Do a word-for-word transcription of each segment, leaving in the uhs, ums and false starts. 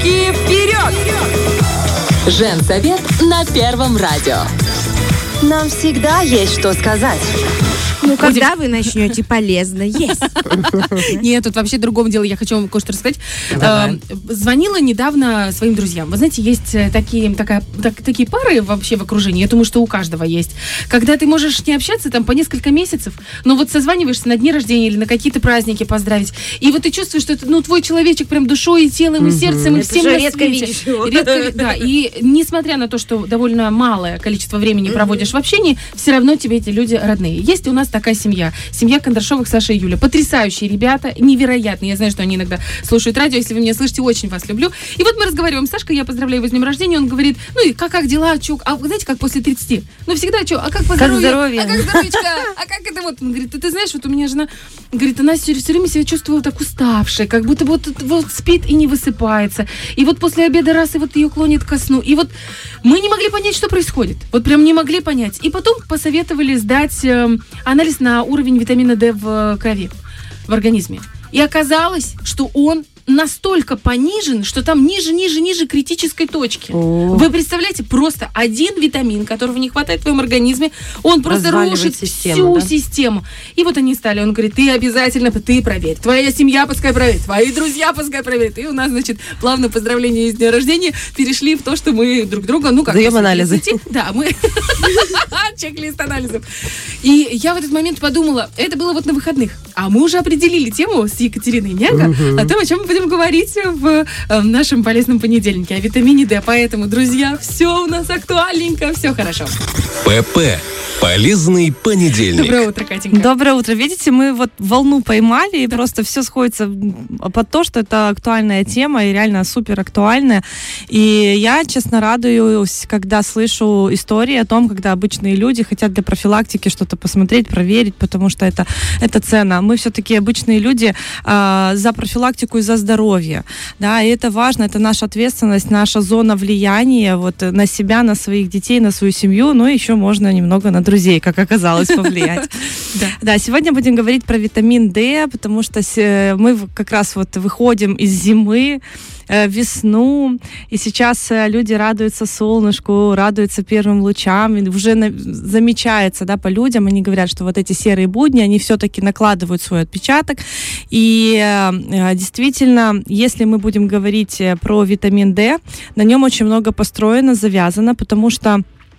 Руки вперед! Женсовет на Первом радио. Нам всегда есть что сказать. Ну, когда вы начнете полезно есть? Нет, тут вообще другом дело. Я хочу вам кое-что рассказать. Давай. Звонила недавно своим друзьям. Вы знаете, есть такие, такая, так, такие пары вообще в окружении. Я думаю, что у каждого есть. Когда ты можешь не общаться там по несколько месяцев, но вот созваниваешься на дни рождения или на какие-то праздники поздравить. И вот ты чувствуешь, что это, ну, твой человечек прям душой и телом, и сердцем, и Это всем же на редко свете. видишь его. Редко, да. И несмотря на то, что довольно малое количество времени проводишь в общении, все равно тебе эти люди родные. Есть у нас такая семья. Семья Кондрашовых, Саша и Юля. Потрясающие ребята, невероятные. Я знаю, что они иногда слушают радио. Если вы меня слышите, очень вас люблю. И вот мы разговариваем с Сашкой, я поздравляю его с днем рождения, он говорит, ну и как, как дела, чё? А вы знаете, как после тридцати? Ну всегда, что, а как по здоровью? здоровье? А как здоровечко? А как это вот? Он говорит, ты, ты знаешь, вот у меня жена, говорит, она все, все время себя чувствовала так уставшей, как будто вот, вот спит и не высыпается. И вот после обеда раз и вот ее клонит ко сну. И вот мы не могли понять, что происходит. Вот прям не могли понять. И потом посоветовали сдать э, анализ на уровень витамина D в крови, в организме. И оказалось, что он настолько понижен, что там ниже, ниже, ниже критической точки. О. Вы представляете, просто один витамин, которого не хватает в твоем организме, он просто Разваливает рушит систему, всю да? систему. И вот они стали, он говорит, ты обязательно, ты проверь, твоя семья пускай проверит, твои друзья пускай проверят. И у нас, значит, плавно поздравления с дня рождения перешли в то, что мы друг друга, ну как... Даем анализы. Да, мы... Чек-лист анализов. И я в этот момент подумала, это было вот на выходных, а мы уже определили тему с Екатериной Няга о том, о чем мы будем говорить в, в нашем полезном понедельнике, о витамине D. Поэтому, друзья, все у нас актуальненько, все хорошо. ПП. Полезный понедельник. Доброе утро, Катенька. Доброе утро. Видите, мы вот волну поймали, и просто все сходится под то, что это актуальная тема, и реально супер актуальная. И я, честно, радуюсь, когда слышу истории о том, когда обычные люди хотят для профилактики что-то посмотреть, проверить, потому что это, это ценно. Мы все-таки обычные люди э, за профилактику и за здоровье. Да, и это важно, это наша ответственность, наша зона влияния вот, на себя, на своих детей, на свою семью, ну и еще можно немного на друзей, как оказалось, повлиять. Да, сегодня будем говорить про витамин D, потому что мы как раз вот выходим из зимы, весну, и сейчас люди радуются солнышку, радуются первым лучам, и уже на, замечается, да, по людям, они говорят, что вот эти серые будни, они все-таки накладывают свой отпечаток, и э, действительно, если мы будем говорить про витамин D, на нем очень много построено, завязано, потому что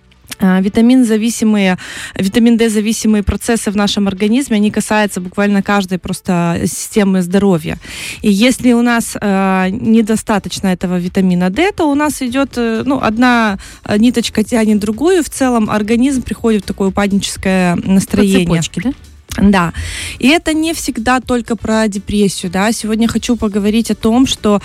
Витамин-зависимые, витамин D-зависимые процессы в нашем организме, они касаются буквально каждой просто системы здоровья. И если у нас э, недостаточно этого витамина D, то у нас идет, э, ну, одна ниточка тянет другую, в целом организм приходит в такое упадническое настроение. По цепочке, да? Да, и это не всегда только про депрессию, да. Сегодня хочу поговорить о том, что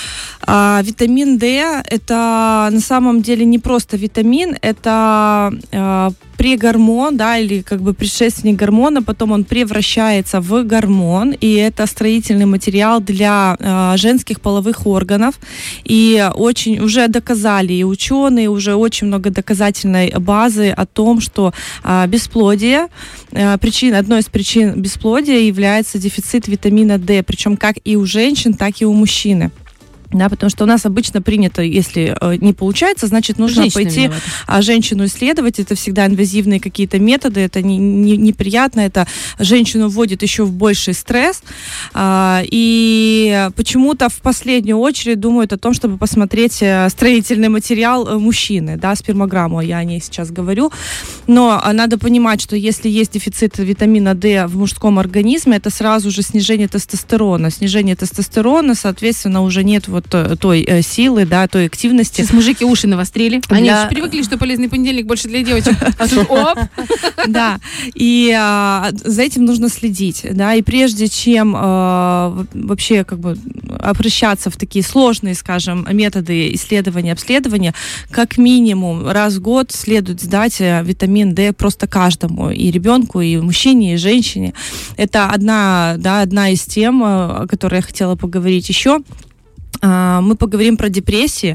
А, витамин D это на самом деле не просто витамин, это э, прегормон, да, или как бы предшественник гормона, потом он превращается в гормон, и это строительный материал для э, женских половых органов, и очень уже доказали, и ученые, уже очень много доказательной базы о том, что э, бесплодие, э, причин, одной из причин бесплодия является дефицит витамина D, причем как и у женщин, так и у мужчины. Да, потому что у нас обычно принято, если э, не получается, значит, нужно Женщина пойти виновата. а, женщину исследовать. Это всегда инвазивные какие-то методы, это не, не, неприятно, это женщину вводит еще в больший стресс. А, и почему-то в последнюю очередь думают о том, чтобы посмотреть строительный материал мужчины, да, спермограмму, я о ней сейчас говорю. Но надо понимать, что если есть дефицит витамина D в мужском организме, это сразу же снижение тестостерона. Снижение тестостерона, соответственно, уже нет вот той э, силы, да, той активности. Сейчас мужики уши навострили. Они Для- же привыкли, что полезный понедельник больше для девочек. А тут оп! Да, и а, за этим нужно следить, да, и прежде чем а, вообще как бы обращаться в такие сложные, скажем, методы исследования, обследования, как минимум раз в год следует сдать витамин D просто каждому, и ребенку, и мужчине, и женщине. Это одна, да, одна из тем, о которой я хотела поговорить еще. мы поговорим про депрессии,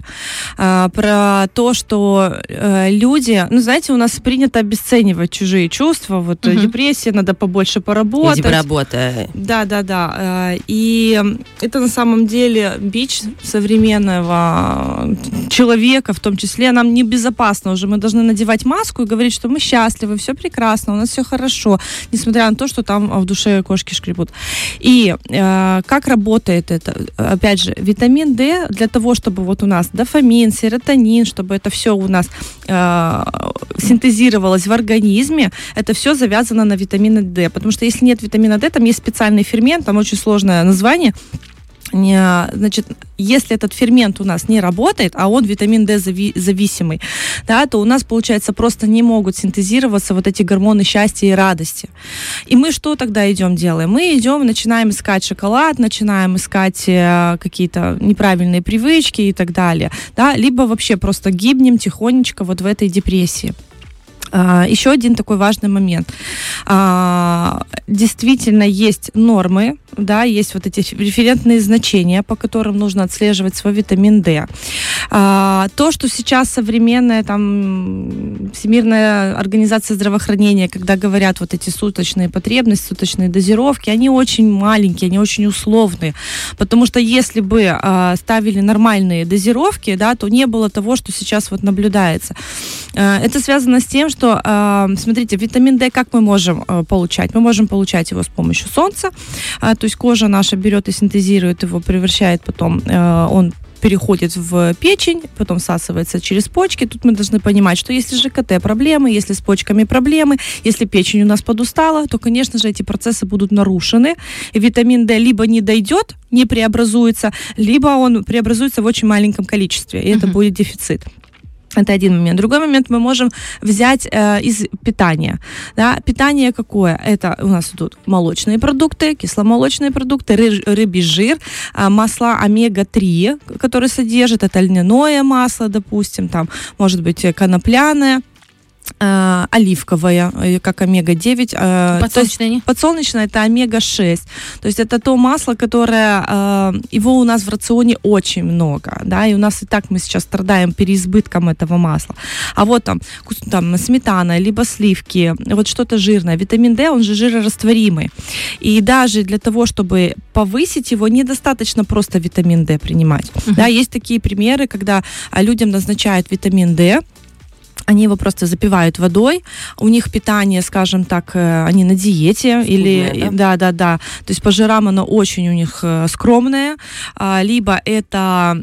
про то, что люди, ну, знаете, у нас принято обесценивать чужие чувства. Вот uh-huh. депрессия, надо побольше поработать. Иди поработай. Да, да, да. И это на самом деле бич современного человека, в том числе. Нам небезопасно уже. Мы должны надевать маску и говорить, что мы счастливы, все прекрасно, у нас все хорошо, несмотря на то, что там в душе кошки шкребут. И как работает это? Опять же, витамин Витамин D для того, чтобы вот у нас дофамин, серотонин, чтобы это все у нас э, синтезировалось в организме, это все завязано на витамине D. Потому что если нет витамина D, там есть специальный фермент, там очень сложное название. Значит, если этот фермент у нас не работает, а он витамин D зависимый, да, то у нас, получается, просто не могут синтезироваться вот эти гормоны счастья и радости. И мы что тогда идем делаем? Мы идем, начинаем искать шоколад, начинаем искать э, какие-то неправильные привычки и так далее, да, либо вообще просто гибнем тихонечко вот в этой депрессии. Uh, еще один такой важный момент. Uh, действительно есть нормы, да, есть вот эти референтные значения, по которым нужно отслеживать свой витамин D. Uh, то, что сейчас современная там Всемирная организация здравоохранения, когда говорят вот эти суточные потребности, суточные дозировки, они очень маленькие, они очень условные, потому что если бы uh, ставили нормальные дозировки, да, то не было того, что сейчас вот наблюдается. Uh, это связано с тем, что что, э, смотрите, витамин D как мы можем э, получать? Мы можем получать его с помощью солнца, э, то есть кожа наша берет и синтезирует его, превращает потом, э, он переходит в печень, потом всасывается через почки. Тут мы должны понимать, что если ЖКТ проблемы, если с почками проблемы, если печень у нас подустала, то, конечно же, эти процессы будут нарушены. И витамин D либо не дойдет, не преобразуется, либо он преобразуется в очень маленьком количестве, и это uh-huh. будет дефицит. Это один момент. Другой момент мы можем взять э, из питания. Да? Питание какое? Это у нас идут молочные продукты, кисломолочные продукты, ры- рыбий жир, э, масла омега три, которые содержат, это льняное масло, допустим, там, может быть, конопляное, Э, оливковое, как омега девять. Э, подсолнечное? Подсолнечное это омега шесть. То есть это то масло, которое, э, его у нас в рационе очень много, да, и у нас и так мы сейчас страдаем переизбытком этого масла. А вот там, там сметана, либо сливки, вот что-то жирное. Витамин D, он же жирорастворимый. И даже для того, чтобы повысить его, недостаточно просто витамин D принимать. Uh-huh. Да, есть такие примеры, когда людям назначают витамин D, они его просто запивают водой, у них питание, скажем так, они на диете, скудное, или да? да, да, да, то есть по жирам оно очень у них скромное, либо это,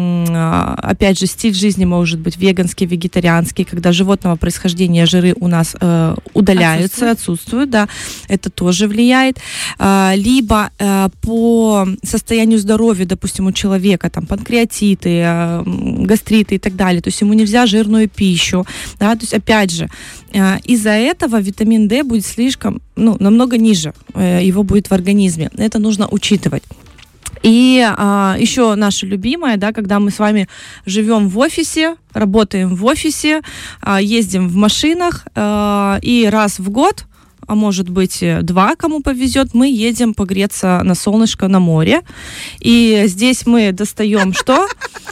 опять же, стиль жизни может быть веганский, вегетарианский, когда животного происхождения жиры у нас удаляются, отсутствуют, отсутствуют, да, это тоже влияет, либо по состоянию здоровья, допустим, у человека там панкреатиты, гастриты и так далее, то есть ему нельзя жирную пищу. Да, то есть, опять же, э, из-за этого витамин D будет слишком, ну, намного ниже э, его будет в организме. Это нужно учитывать. И э, еще наше любимое, да, когда мы с вами живем в офисе, работаем в офисе, э, ездим в машинах, э, и раз в год, а может быть два, кому повезет, мы едем погреться на солнышко на море. И здесь мы достаем что?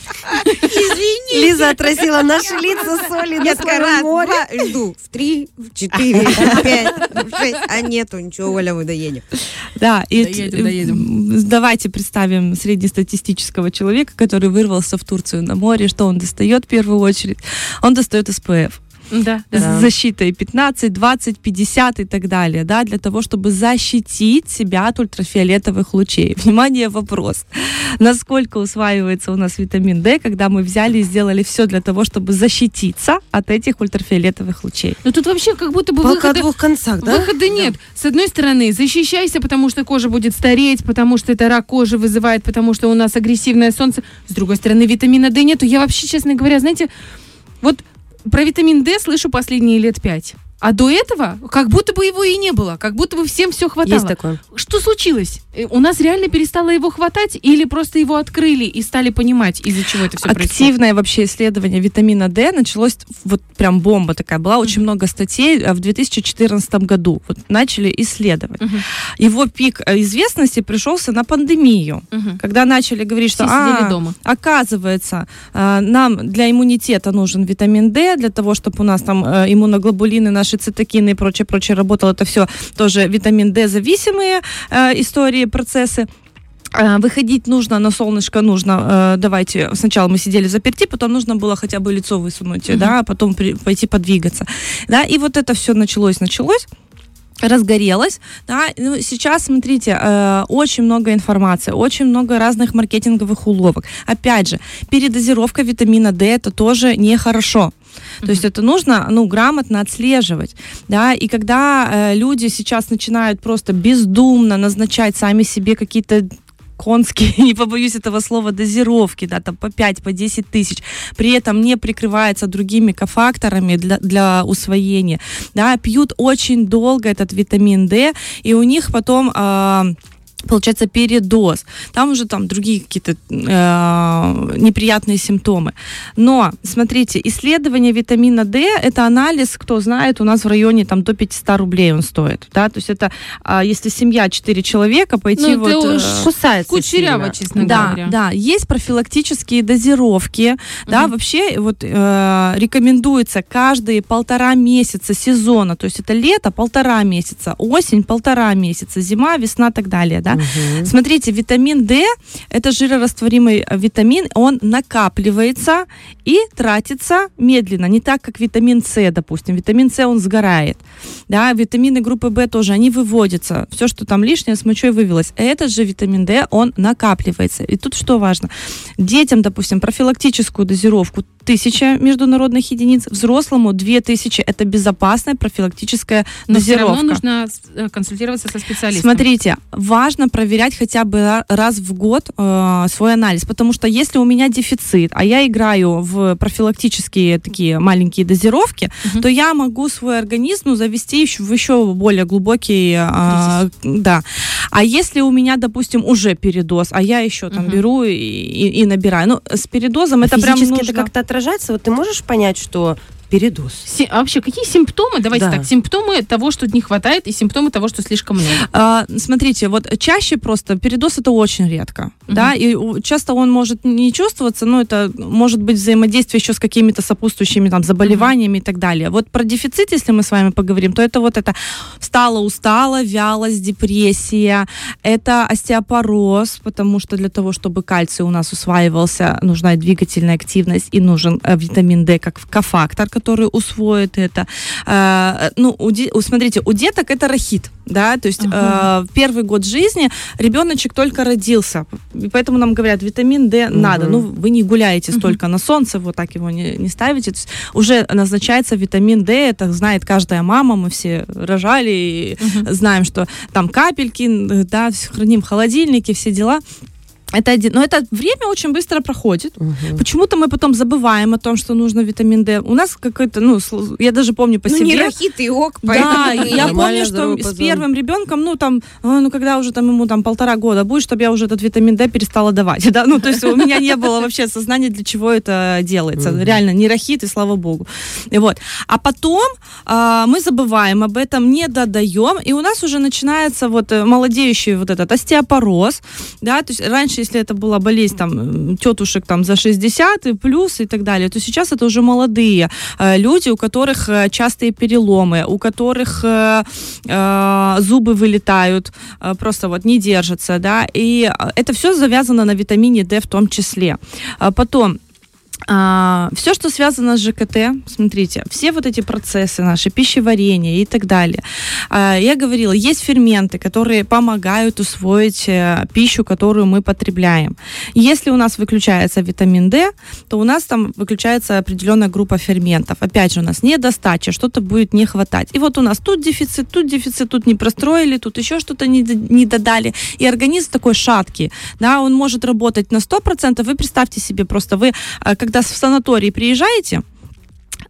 Извини. Лиза отразила наши лица соли на своем море. Два, жду. В три, в четыре, в пять, в шесть. А нету ничего, Оля, мы доедем. Да, и доедем, доедем. Давайте представим среднестатистического человека, который вырвался в Турцию на море. Что он достает в первую очередь? Он достает эс пэ эф. Да, да. С защитой пятнадцать, двадцать, пятьдесят и так далее, да, для того, чтобы защитить себя от ультрафиолетовых лучей. Внимание, вопрос. Насколько усваивается у нас витамин D, когда мы взяли и сделали все для того, чтобы защититься от этих ультрафиолетовых лучей? Ну тут вообще как будто бы Палка выхода, о двух концах, да? выхода нет. С одной стороны, защищайся, потому что кожа будет стареть, потому что это рак кожи вызывает, потому что у нас агрессивное солнце. С другой стороны, витамина D нету. Я вообще, честно говоря, знаете, вот про витамин D слышу последние лет пять. А до этого как будто бы его и не было, как будто бы всем все хватало. Есть такое. Что случилось? У нас реально перестало его хватать или просто его открыли и стали понимать, из-за чего это все происходит? Активное вообще исследование витамина D началось, вот прям бомба такая была, очень mm-hmm. много статей в две тысячи четырнадцатом году. Вот начали исследовать. Mm-hmm. Его пик известности пришелся на пандемию, mm-hmm. когда начали говорить, что а, дома. оказывается, нам для иммунитета нужен витамин D, для того, чтобы у нас там иммуноглобулины, наши цитокины и прочее, прочее работало. Это все тоже витамин D-зависимые э, истории, процессы. Э, выходить нужно на солнышко, нужно, э, давайте, сначала мы сидели заперти, потом нужно было хотя бы лицо высунуть, mm-hmm. да, а потом при, пойти подвигаться. Да, и вот это все началось, началось. разгорелась, да, ну, сейчас, смотрите, э, очень много информации, очень много разных маркетинговых уловок. Опять же, передозировка витамина D это тоже нехорошо. То mm-hmm. есть это нужно, ну, грамотно отслеживать, да, и когда э, люди сейчас начинают просто бездумно назначать сами себе какие-то конские, не побоюсь этого слова, дозировки, да, там по пять, по десять тысяч, при этом не прикрывается другими кофакторами для, для усвоения, да, пьют очень долго этот витамин D, и у них потом э, получается передоз, там уже там другие какие-то э, неприятные симптомы. Но, смотрите, исследование витамина D, это анализ, кто знает, у нас в районе там до пятьсот рублей он стоит, да, то есть это, э, если семья четыре человека, пойти ну, вот... Э, кусается кучеряво, честно да, говоря. Да, есть профилактические дозировки, uh-huh. да, вообще вот э, рекомендуется каждые полтора месяца сезона, то есть это лето полтора месяца, осень полтора месяца, зима, весна и так далее, да. Uh-huh. Смотрите, витамин D, это жирорастворимый витамин, он накапливается и тратится медленно, не так, как витамин С, допустим. Витамин С, он сгорает, да, витамины группы В тоже, они выводятся, все, что там лишнее, с мочой вывелось. Этот же витамин D, он накапливается. И тут что важно? Детям, допустим, профилактическую дозировку тысяча международных единиц, взрослому две тысячи. Это безопасная профилактическая Но дозировка. Но все равно нужно консультироваться со специалистом. Смотрите, важно проверять хотя бы раз в год э, свой анализ, потому что если у меня дефицит, а я играю в профилактические такие маленькие дозировки, угу. то я могу свой организм ну, завести еще, в еще более глубокий... Э, да. А если у меня, допустим, уже передоз, а я еще там угу. беру и, и, и набираю. Ну, с передозом а это прям нужно... это как-то отражается? Вот ты можешь понять, что передоз? Си- а вообще, какие симптомы? Давайте да. так, симптомы того, что не хватает, и симптомы того, что слишком много. А, смотрите, вот чаще просто передоз это очень редко, uh-huh. да, и часто он может не чувствоваться, но это может быть взаимодействие еще с какими-то сопутствующими там заболеваниями uh-huh. и так далее. Вот про дефицит, если мы с вами поговорим, то это вот это встала-устала, вялость, депрессия, это остеопороз, потому что для того, чтобы кальций у нас усваивался, нужна двигательная активность и нужен э, витамин D как кофактор, который усвоит это. Э, ну, у де, смотрите, у деток это рахит, да, то есть uh-huh. э, первый год жизни ребеночек только родился, и поэтому нам говорят, витамин D uh-huh. надо, ну, вы не гуляете uh-huh. столько на солнце, вот так его не, не ставите, то есть уже назначается витамин D, это знает каждая мама, мы все рожали и uh-huh. знаем, что там капельки, да, храним в холодильнике, все дела. Это один, но это время очень быстро проходит. Uh-huh. Почему-то мы потом забываем о том, что нужно витамин D. У нас какой-то, ну, я даже помню по ну, себе. Ну, не рахит и ок, да, я помню, что с первым ребенком, ну, там, ну, когда уже там ему там полтора года будет, чтобы я уже этот витамин D перестала давать, да, ну, то есть у меня не было вообще сознания, для чего это делается. Uh-huh. Реально, не рахит, и слава богу. И вот. А потом а, мы забываем об этом, не додаем, и у нас уже начинается вот молодеющий вот этот остеопороз, да, то есть раньше если это была болезнь там, тетушек там, за шестьдесят и плюс и так далее, то сейчас это уже молодые э, люди, у которых э, частые переломы, у которых э, э, зубы вылетают, э, просто вот не держатся, да, и это все завязано на витамине D в том числе. А потом А, все, что связано с ЖКТ, смотрите, все вот эти процессы наши, пищеварения и так далее. А, я говорила, есть ферменты, которые помогают усвоить э, пищу, которую мы потребляем. Если у нас выключается витамин D, то у нас там выключается определенная группа ферментов. Опять же, у нас недостача, что-то будет не хватать. И вот у нас тут дефицит, тут дефицит, тут не простроили, тут еще что-то не, не додали. И организм такой шаткий, да, он может работать на сто процентов. Вы представьте себе просто, вы, когда в санаторий приезжаете,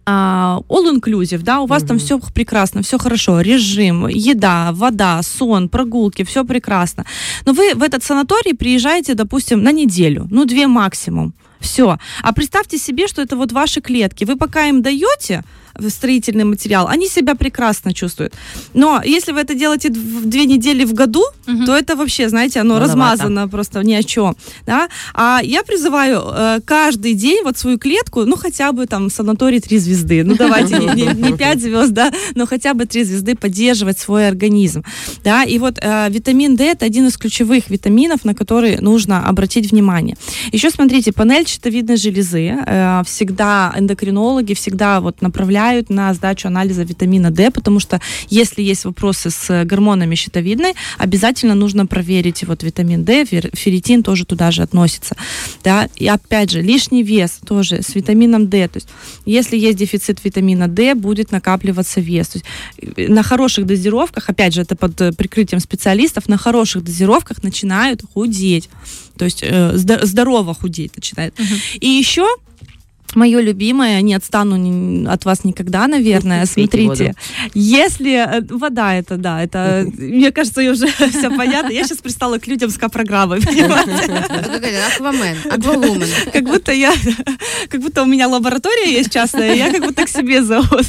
а, all-inclusive, да, у вас mm-hmm. там все прекрасно, все хорошо, режим, еда, вода, сон, прогулки, все прекрасно. Но вы в этот санаторий приезжаете, допустим, на неделю, ну, две максимум. Все. А представьте себе, что это вот ваши клетки. Вы пока им даете строительный материал, они себя прекрасно чувствуют. Но если вы это делаете в две недели в году, угу. то это вообще, знаете, оно Маловато. размазано просто ни о чем. Да? А я призываю э, каждый день вот свою клетку, ну хотя бы там санаторий три звезды, ну давайте не, не пять звезд, да, но хотя бы три звезды поддерживать свой организм. Да? И вот э, витамин D это один из ключевых витаминов, на который нужно обратить внимание. Еще смотрите, панель щитовидной железы, э, всегда эндокринологи всегда вот направляют на сдачу анализа витамина D, потому что если есть вопросы с гормонами щитовидной, обязательно нужно проверить вот витамин D, ферритин тоже туда же относится. Да? И опять же, лишний вес тоже с витамином D. То есть, если есть дефицит витамина D, будет накапливаться вес. То есть, на хороших дозировках, опять же, это под прикрытием специалистов, на хороших дозировках начинают худеть. То есть э, здорово худеть начинает. Uh-huh. И еще мое любимое, не отстану ни, от вас никогда, наверное. Смотрите, если вода это, да, это, мне кажется, уже все понятно. Я сейчас пристала к людям с К-программой, понимаете? Аквамен, аквалумен. Как будто я, как будто у меня лаборатория есть частная, я как будто к себе зовут.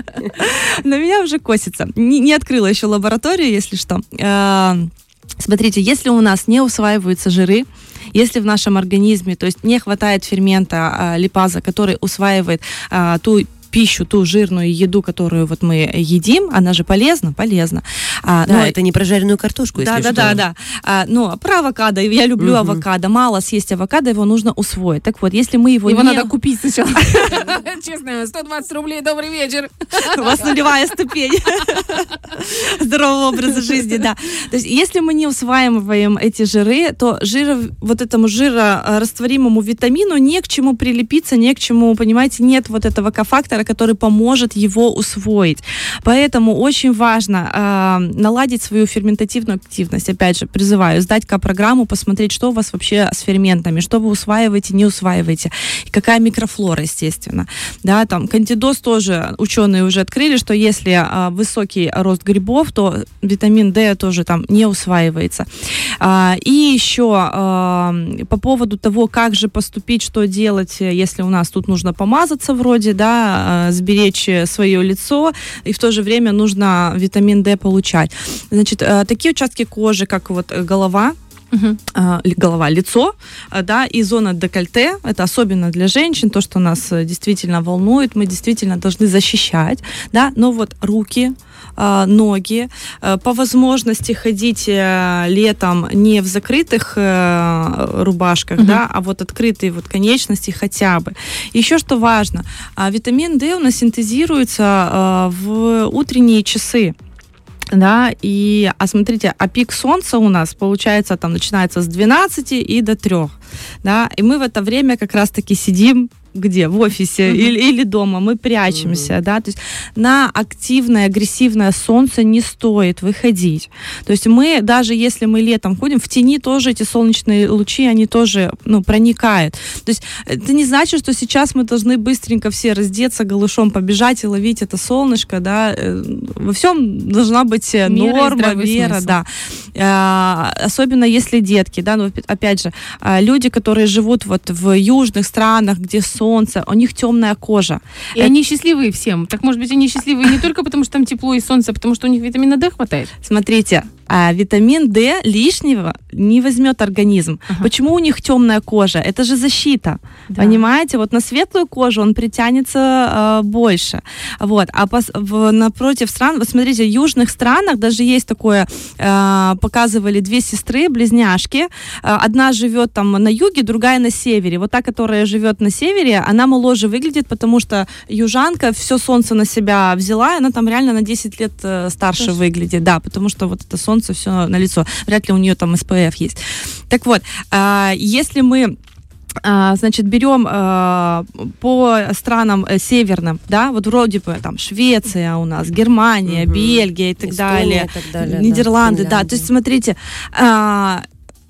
На меня уже косится. Не, не открыла еще лабораторию, если что. Смотрите, если у нас не усваиваются жиры, если в нашем организме, то есть не хватает фермента а, липаза, который усваивает а, ту пищу, ту жирную еду, которую вот мы едим, она же полезна, полезна. А, да, но это не прожаренную картошку, если да, что. Да, да, да. А, но про авокадо, я люблю угу. авокадо, мало съесть авокадо, его нужно усвоить. Так вот, если мы его Его не... надо купить сначала. Честно, сто двадцать рублей, добрый вечер. У вас нулевая ступень здорового образа жизни, да. То есть, если мы не усваиваем эти жиры, то жира, вот этому жирорастворимому витамину не к чему прилепиться, не к чему, понимаете, нет вот этого кофактора, который поможет его усвоить. Поэтому очень важно э, наладить свою ферментативную активность. Опять же, призываю сдать К-программу, посмотреть, что у вас вообще с ферментами, что вы усваиваете, не усваиваете, и какая микрофлора, естественно. Да, там, кандидоз тоже ученые уже открыли, что если э, высокий рост грибов, то витамин D тоже там не усваивается. А, и еще э, по поводу того, как же поступить, что делать, если у нас тут нужно помазаться вроде, да, сберечь свое лицо, и в то же время нужно витамин D получать. Значит, такие участки кожи, как вот голова, Uh-huh. голова, лицо, да, и зона декольте, это особенно для женщин, то, что нас действительно волнует, мы действительно должны защищать, да, но вот руки, ноги, по возможности ходить летом не в закрытых рубашках, uh-huh. да, а вот открытые вот конечности хотя бы. Еще что важно, витамин D у нас синтезируется в утренние часы. Да, и, а смотрите, а пик солнца у нас, получается, там начинается с двенадцати и до трёх, да, и мы в это время как раз-таки сидим где? В офисе uh-huh. или, или дома, мы прячемся, uh-huh. да, то есть на активное, агрессивное солнце не стоит выходить. То есть мы, даже если мы летом ходим, в тени тоже эти солнечные лучи, они тоже, ну, проникают. То есть это не значит, что сейчас мы должны быстренько все раздеться, голышом побежать и ловить это солнышко, да, во всем должна быть мера норма, вера, да. А, особенно если детки, да, ну, опять же, люди, которые живут вот в южных странах, где солнце, у них темная кожа. И это... они счастливые всем. Так, может быть, они счастливые не только потому, что там тепло и солнце, а потому что у них витамина D хватает? Смотрите, а витамин D лишнего не возьмет организм. Ага. Почему у них темная кожа? Это же защита. Да. Понимаете? Вот на светлую кожу он притянется э, больше. Вот. А пос, в, напротив стран, вот смотрите, в южных странах даже есть такое, э, показывали две сестры, близняшки. Э, одна живет там на юге, другая на севере. Вот та, которая живет на севере, она моложе выглядит, потому что южанка все солнце на себя взяла, и она там реально на десять лет э, старше Тоже. выглядит. Да, потому что вот это солнце все на лицо. Вряд ли у нее там эс пэ эф есть. Так вот, э, если мы А, значит, берем а, по странам северным, да, вот вроде бы там Швеция у нас, Германия, угу. Бельгия и так Эстония, далее, и так далее, Нидерланды, да, да, то есть смотрите, а,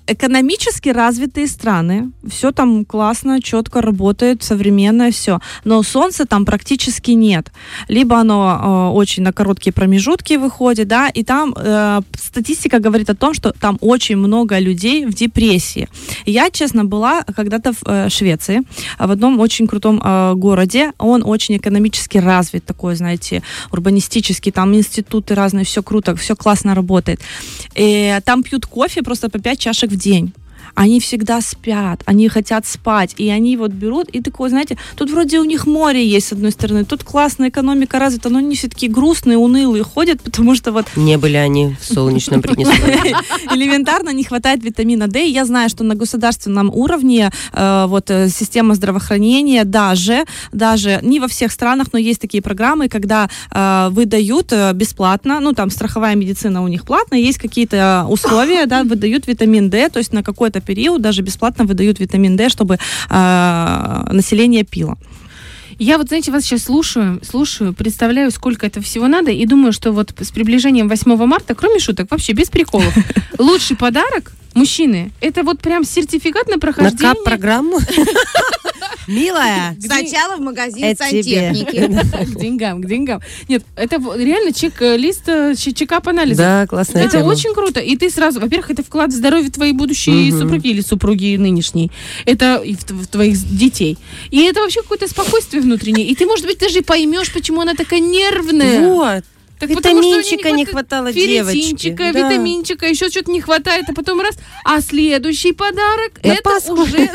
экономически развитые страны, все там классно, четко работает, современное все, но солнца там практически нет. Либо оно э, очень на короткие промежутки выходит, да, и там э, статистика говорит о том, что там очень много людей в депрессии. Я, честно, была когда-то в э, Швеции, в одном очень крутом э, городе, он очень экономически развит, такой, знаете, урбанистический, там институты разные, все круто, все классно работает. И там пьют кофе просто по пять чашек в день. Они всегда спят, они хотят спать, и они вот берут, и такое, знаете, тут вроде у них море есть, с одной стороны, тут классная экономика развита, но они все такие грустные, унылые ходят, потому что вот... Не были они в солнечном Приднестровье. Элементарно не хватает витамина D. Я знаю, что на государственном уровне э, вот система здравоохранения даже, даже не во всех странах, но есть такие программы, когда э, выдают бесплатно, ну там страховая медицина у них платная, есть какие-то условия, да, выдают витамин D, то есть на какой-то период даже бесплатно выдают витамин D, чтобы э, население пило. Я вот, знаете, вас сейчас слушаю, слушаю, представляю, сколько это всего надо, и думаю, что вот с приближением восьмого марта, кроме шуток, вообще без приколов, лучший подарок мужчины, это вот прям сертификат на На прохождение... КАП-программу? Милая, Сначала в магазин это тебе. сантехники. К деньгам, к деньгам. Нет, это реально чек-лист, чекап-анализа. Да, классная Это тема. очень круто. И ты сразу, во-первых, это вклад в здоровье твоей будущей Мгм. супруги или супруги нынешней. Это и в, в твоих детей. И это вообще какое-то спокойствие внутреннее. И ты, может быть, даже поймешь, почему она такая нервная. Вот. Так потому что у неё Витаминчика не хватало девочке. ферритинчика, Да. витаминчика, еще что-то не хватает, а потом раз. А следующий подарок, На это Пасху. уже...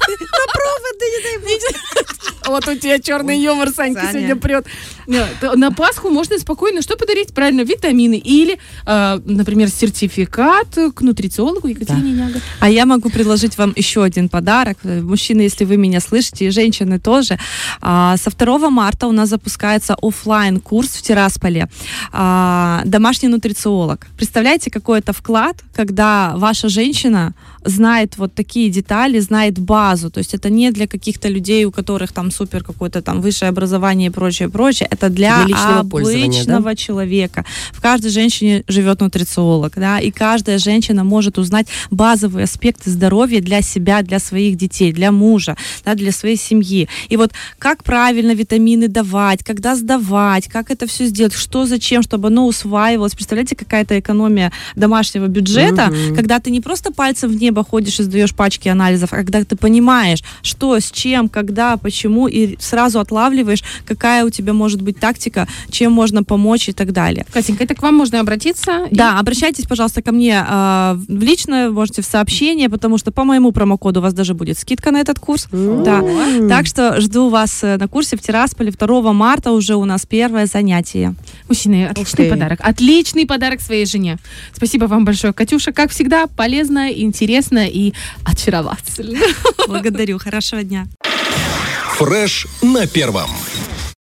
Вот у тебя черный юмор, Санька, Саня. сегодня прет. На Пасху можно спокойно что подарить? Правильно, витамины. Или, э, например, сертификат к нутрициологу Екатерине Няга. А я могу предложить вам еще один подарок. Мужчины, если вы меня слышите, и женщины тоже. А, со второго марта у нас запускается офлайн курс в Тирасполе. А, домашний нутрициолог. Представляете, какой это вклад, когда ваша женщина знает вот такие детали, знает базу. То есть это не для каких-то людей, у которых там супер какое-то там высшее образование и прочее, прочее. Это для, Для личного пользования, обычного человека. В каждой женщине живет нутрициолог, да, и каждая женщина может узнать базовые аспекты здоровья для себя, для своих детей, для мужа, да, для своей семьи. И вот как правильно витамины давать, когда сдавать, как это все сделать, что, зачем, чтобы оно усваивалось. Представляете, какая-то экономия домашнего бюджета, Мгм. когда ты не просто пальцем в небо ходишь и сдаешь пачки анализов, а когда ты понимаешь, что, с чем, когда, почему, и сразу отлавливаешь, какая у тебя может быть тактика, чем можно помочь и так далее. Катенька, это к вам можно обратиться? Да, обращайтесь, пожалуйста, ко мне э, в личное, можете в сообщение, потому что по моему промокоду у вас даже будет скидка на этот курс. Да. Так что жду вас э, на курсе в Тирасполе второго марта, уже у нас первое занятие. Мужчины, отличный ты. подарок. Отличный подарок своей жене. Спасибо вам большое, Катюша. Как всегда, полезно, интересно и очаровательно. Благодарю, хорошего дня. Фреш на первом.